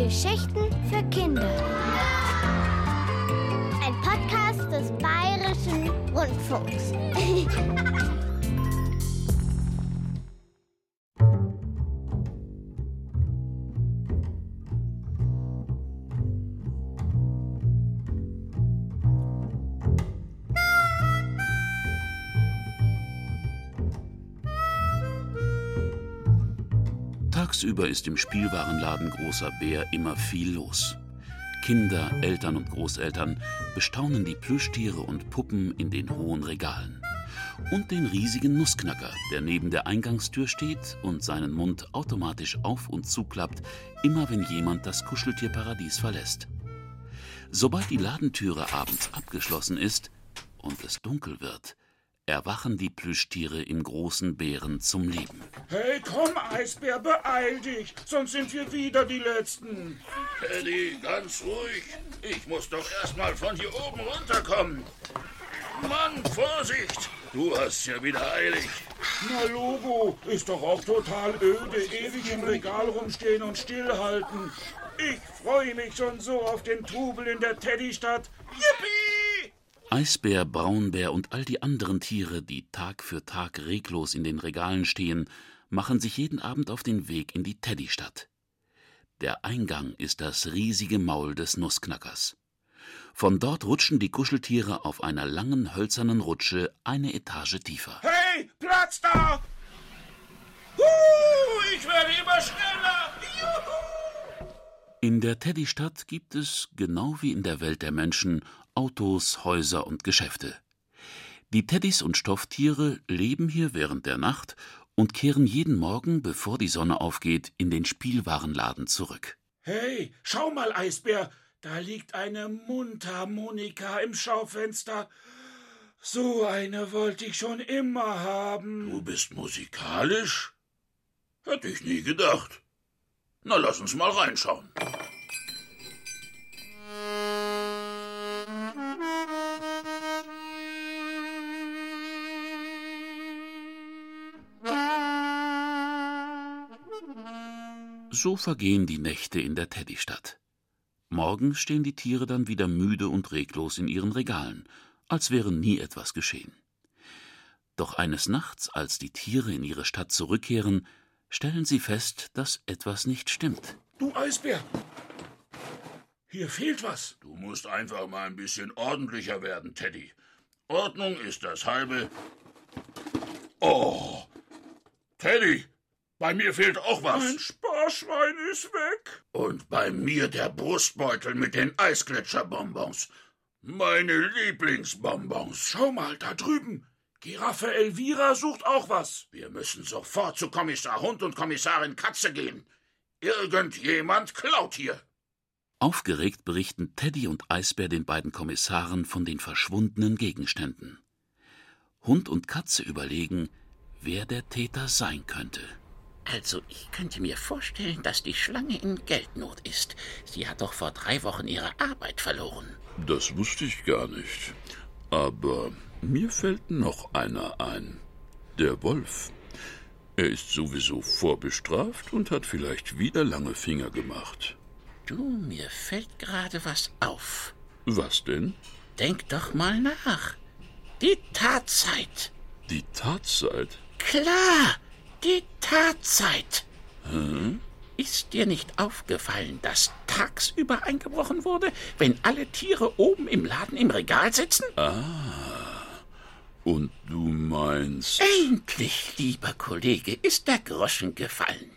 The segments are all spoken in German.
Geschichten für Kinder. Ein Podcast des Bayerischen Rundfunks. Tagsüber ist im Spielwarenladen Großer Bär immer viel los. Kinder, Eltern und Großeltern bestaunen die Plüschtiere und Puppen in den hohen Regalen. Und den riesigen Nussknacker, der neben der Eingangstür steht und seinen Mund automatisch auf- und zuklappt, immer wenn jemand das Kuscheltierparadies verlässt. Sobald die Ladentüre abends abgeschlossen ist und es dunkel wird, erwachen die Plüschtiere im Großen Bären zum Leben. Hey, komm, Eisbär, beeil dich, sonst sind wir wieder die Letzten. Teddy, ganz ruhig. Ich muss doch erst mal von hier oben runterkommen. Mann, Vorsicht! Du hast ja wieder eilig. Na, Logo, ist doch auch total öde, ewig im Regal rumstehen und stillhalten. Ich freue mich schon so auf den Trubel in der Teddystadt. Yippie! Eisbär, Braunbär und all die anderen Tiere, die Tag für Tag reglos in den Regalen stehen, machen sich jeden Abend auf den Weg in die Teddystadt. Der Eingang ist das riesige Maul des Nussknackers. Von dort rutschen die Kuscheltiere auf einer langen, hölzernen Rutsche eine Etage tiefer. Hey, Platz da! Ich werde immer schneller! Juhu! In der Teddystadt gibt es, genau wie in der Welt der Menschen, Autos, Häuser und Geschäfte. Die Teddys und Stofftiere leben hier während der Nacht und kehren jeden Morgen, bevor die Sonne aufgeht, in den Spielwarenladen zurück. Hey, schau mal, Eisbär, da liegt eine Mundharmonika im Schaufenster. So eine wollte ich schon immer haben. Du bist musikalisch? Hätte ich nie gedacht. Na, lass uns mal reinschauen. So vergehen die Nächte in der Teddystadt. Morgens stehen die Tiere dann wieder müde und reglos in ihren Regalen, als wäre nie etwas geschehen. Doch eines Nachts, als die Tiere in ihre Stadt zurückkehren, stellen sie fest, dass etwas nicht stimmt. Du Eisbär, hier fehlt was. Du musst einfach mal ein bisschen ordentlicher werden, Teddy. Ordnung ist das halbe... Oh, Teddy, bei mir fehlt auch was. Mein Sparschwein ist weg. Und bei mir der Brustbeutel mit den Eisgletscherbonbons. Meine Lieblingsbonbons. Schau mal, da drüben. Giraffe Elvira sucht auch was. Wir müssen sofort zu Kommissar Hund und Kommissarin Katze gehen. Irgendjemand klaut hier. Aufgeregt berichten Teddy und Eisbär den beiden Kommissaren von den verschwundenen Gegenständen. Hund und Katze überlegen, wer der Täter sein könnte. Also, ich könnte mir vorstellen, dass die Schlange in Geldnot ist. Sie hat doch vor 3 Wochen ihre Arbeit verloren. Das wusste ich gar nicht. Aber mir fällt noch einer ein. Der Wolf. Er ist sowieso vorbestraft und hat vielleicht wieder lange Finger gemacht. Du, mir fällt gerade was auf. Was denn? Denk doch mal nach. Die Tatzeit. Die Tatzeit? Klar, die Tatzeit. Hm? Ist dir nicht aufgefallen, dass tagsüber eingebrochen wurde, wenn alle Tiere oben im Laden im Regal sitzen? Und du meinst... Endlich, lieber Kollege, ist der Groschen gefallen.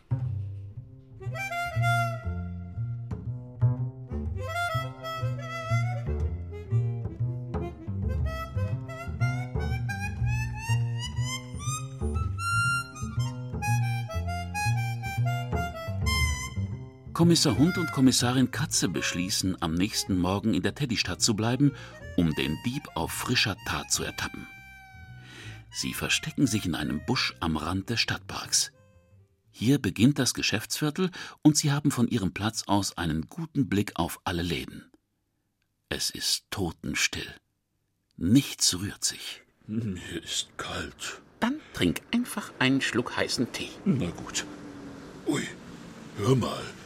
Kommissar Hund und Kommissarin Katze beschließen, am nächsten Morgen in der Teddystadt zu bleiben, um den Dieb auf frischer Tat zu ertappen. Sie verstecken sich in einem Busch am Rand des Stadtparks. Hier beginnt das Geschäftsviertel und sie haben von ihrem Platz aus einen guten Blick auf alle Läden. Es ist totenstill. Nichts rührt sich. Mir ist kalt. Dann trink einfach einen Schluck heißen Tee. Na gut. Ui, hör mal.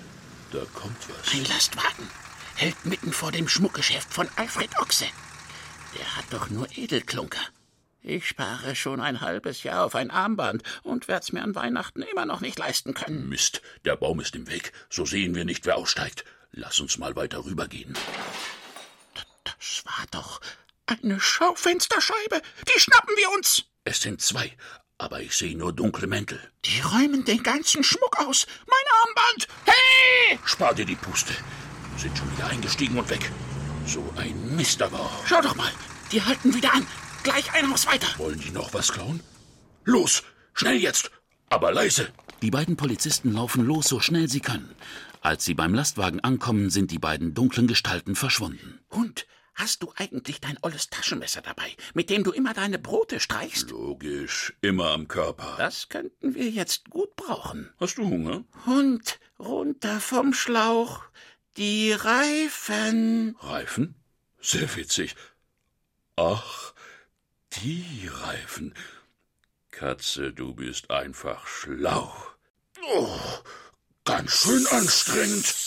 Da kommt was. Ein Lastwagen hält mitten vor dem Schmuckgeschäft von Alfred Ochse. Der hat doch nur Edelklunker. Ich spare schon ein halbes Jahr auf ein Armband und werd's mir an Weihnachten immer noch nicht leisten können. Mist, der Baum ist im Weg. So sehen wir nicht, wer aussteigt. Lass uns mal weiter rübergehen. Das war doch eine Schaufensterscheibe. Die schnappen wir uns. Es sind 2, aber ich sehe nur dunkle Mäntel. Die räumen den ganzen Schmuck aus. Mein Armband. Hey! Spar dir die Puste. Sind schon wieder eingestiegen und weg. So ein Mist aber auch. Schau doch mal, die halten wieder an. Gleich ein Haus weiter. Wollen die noch was klauen? Los, schnell jetzt, aber leise. Die beiden Polizisten laufen los, so schnell sie können. Als sie beim Lastwagen ankommen, sind die beiden dunklen Gestalten verschwunden. Und hast du eigentlich dein olles Taschenmesser dabei, mit dem du immer deine Brote streichst? Logisch, immer am Körper. Das könnten wir jetzt gut brauchen. Hast du Hunger? Und runter vom Schlauch, die Reifen. Reifen? Sehr witzig. Ach, die Reifen. Katze, du bist einfach schlau. Oh, ganz schön anstrengend.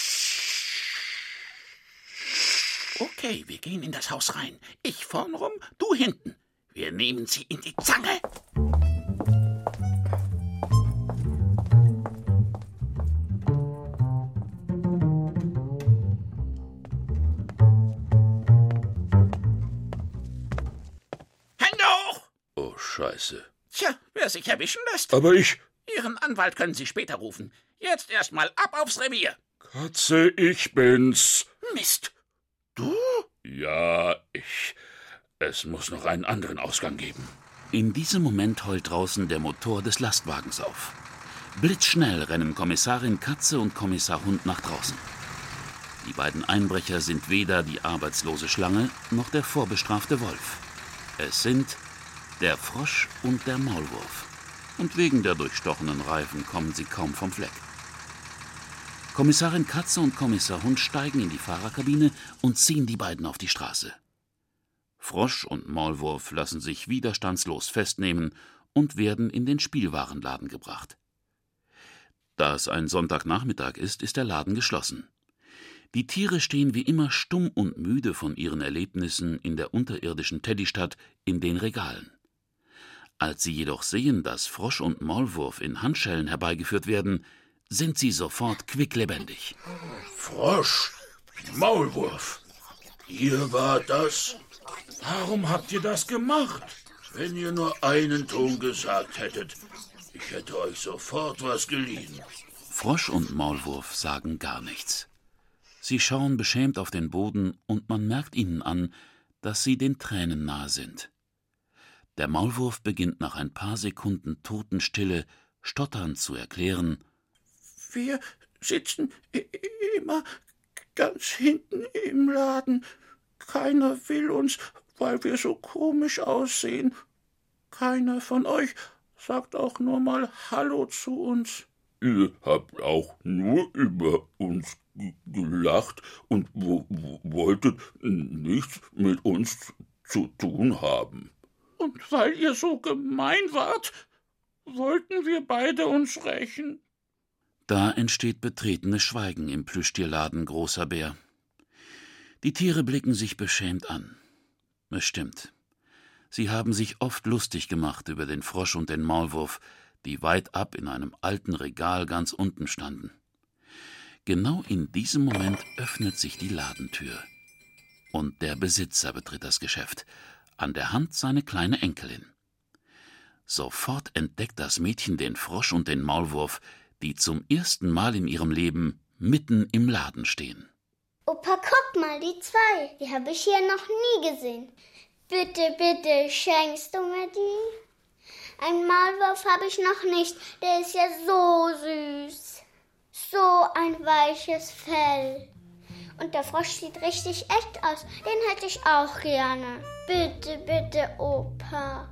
Okay, wir gehen in das Haus rein. Ich vorn rum, du hinten. Wir nehmen sie in die Zange. Hände hoch! Oh, Scheiße. Tja, wer sich erwischen lässt. Aber ich... Ihren Anwalt können Sie später rufen. Jetzt erstmal ab aufs Revier. Katze, ich bin's. Mist. Du? Ja, ich. Es muss noch einen anderen Ausgang geben. In diesem Moment heult draußen der Motor des Lastwagens auf. Blitzschnell rennen Kommissarin Katze und Kommissar Hund nach draußen. Die beiden Einbrecher sind weder die arbeitslose Schlange noch der vorbestrafte Wolf. Es sind der Frosch und der Maulwurf. Und wegen der durchstochenen Reifen kommen sie kaum vom Fleck. Kommissarin Katze und Kommissar Hund steigen in die Fahrerkabine und ziehen die beiden auf die Straße. Frosch und Maulwurf lassen sich widerstandslos festnehmen und werden in den Spielwarenladen gebracht. Da es ein Sonntagnachmittag ist, ist der Laden geschlossen. Die Tiere stehen wie immer stumm und müde von ihren Erlebnissen in der unterirdischen Teddystadt in den Regalen. Als sie jedoch sehen, dass Frosch und Maulwurf in Handschellen herbeigeführt werden, sind sie sofort quicklebendig. Frosch, Maulwurf, ihr wart das? Warum habt ihr das gemacht? Wenn ihr nur einen Ton gesagt hättet, ich hätte euch sofort was geliehen. Frosch und Maulwurf sagen gar nichts. Sie schauen beschämt auf den Boden und man merkt ihnen an, dass sie den Tränen nahe sind. Der Maulwurf beginnt nach ein paar Sekunden Totenstille stotternd zu erklären: Wir sitzen immer ganz hinten im Laden. Keiner will uns, weil wir so komisch aussehen. Keiner von euch sagt auch nur mal Hallo zu uns. Ihr habt auch nur über uns gelacht und wolltet nichts mit uns zu tun haben. Und weil ihr so gemein wart, wollten wir beide uns rächen. Da entsteht betretenes Schweigen im Plüschtierladen Großer Bär. Die Tiere blicken sich beschämt an. Es stimmt. Sie haben sich oft lustig gemacht über den Frosch und den Maulwurf, die weit ab in einem alten Regal ganz unten standen. Genau in diesem Moment öffnet sich die Ladentür. Und der Besitzer betritt das Geschäft, an der Hand seine kleine Enkelin. Sofort entdeckt das Mädchen den Frosch und den Maulwurf, die zum ersten Mal in ihrem Leben mitten im Laden stehen. Opa, guck mal, die 2. Die habe ich hier noch nie gesehen. Bitte, bitte, schenkst du mir die? Einen Maulwurf habe ich noch nicht. Der ist ja so süß. So ein weiches Fell. Und der Frosch sieht richtig echt aus. Den hätte ich auch gerne. Bitte, bitte, Opa.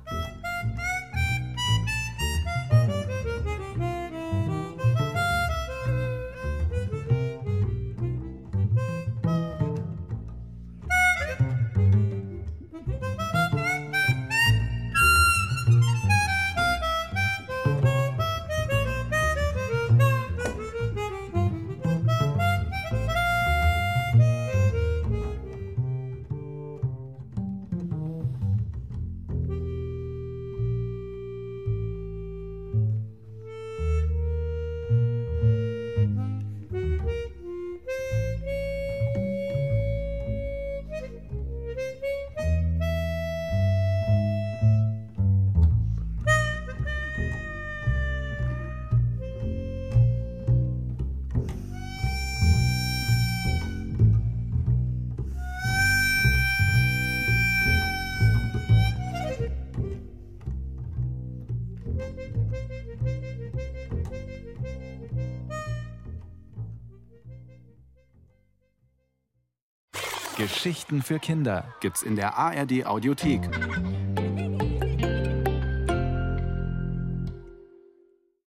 Geschichten für Kinder gibt's in der ARD Audiothek.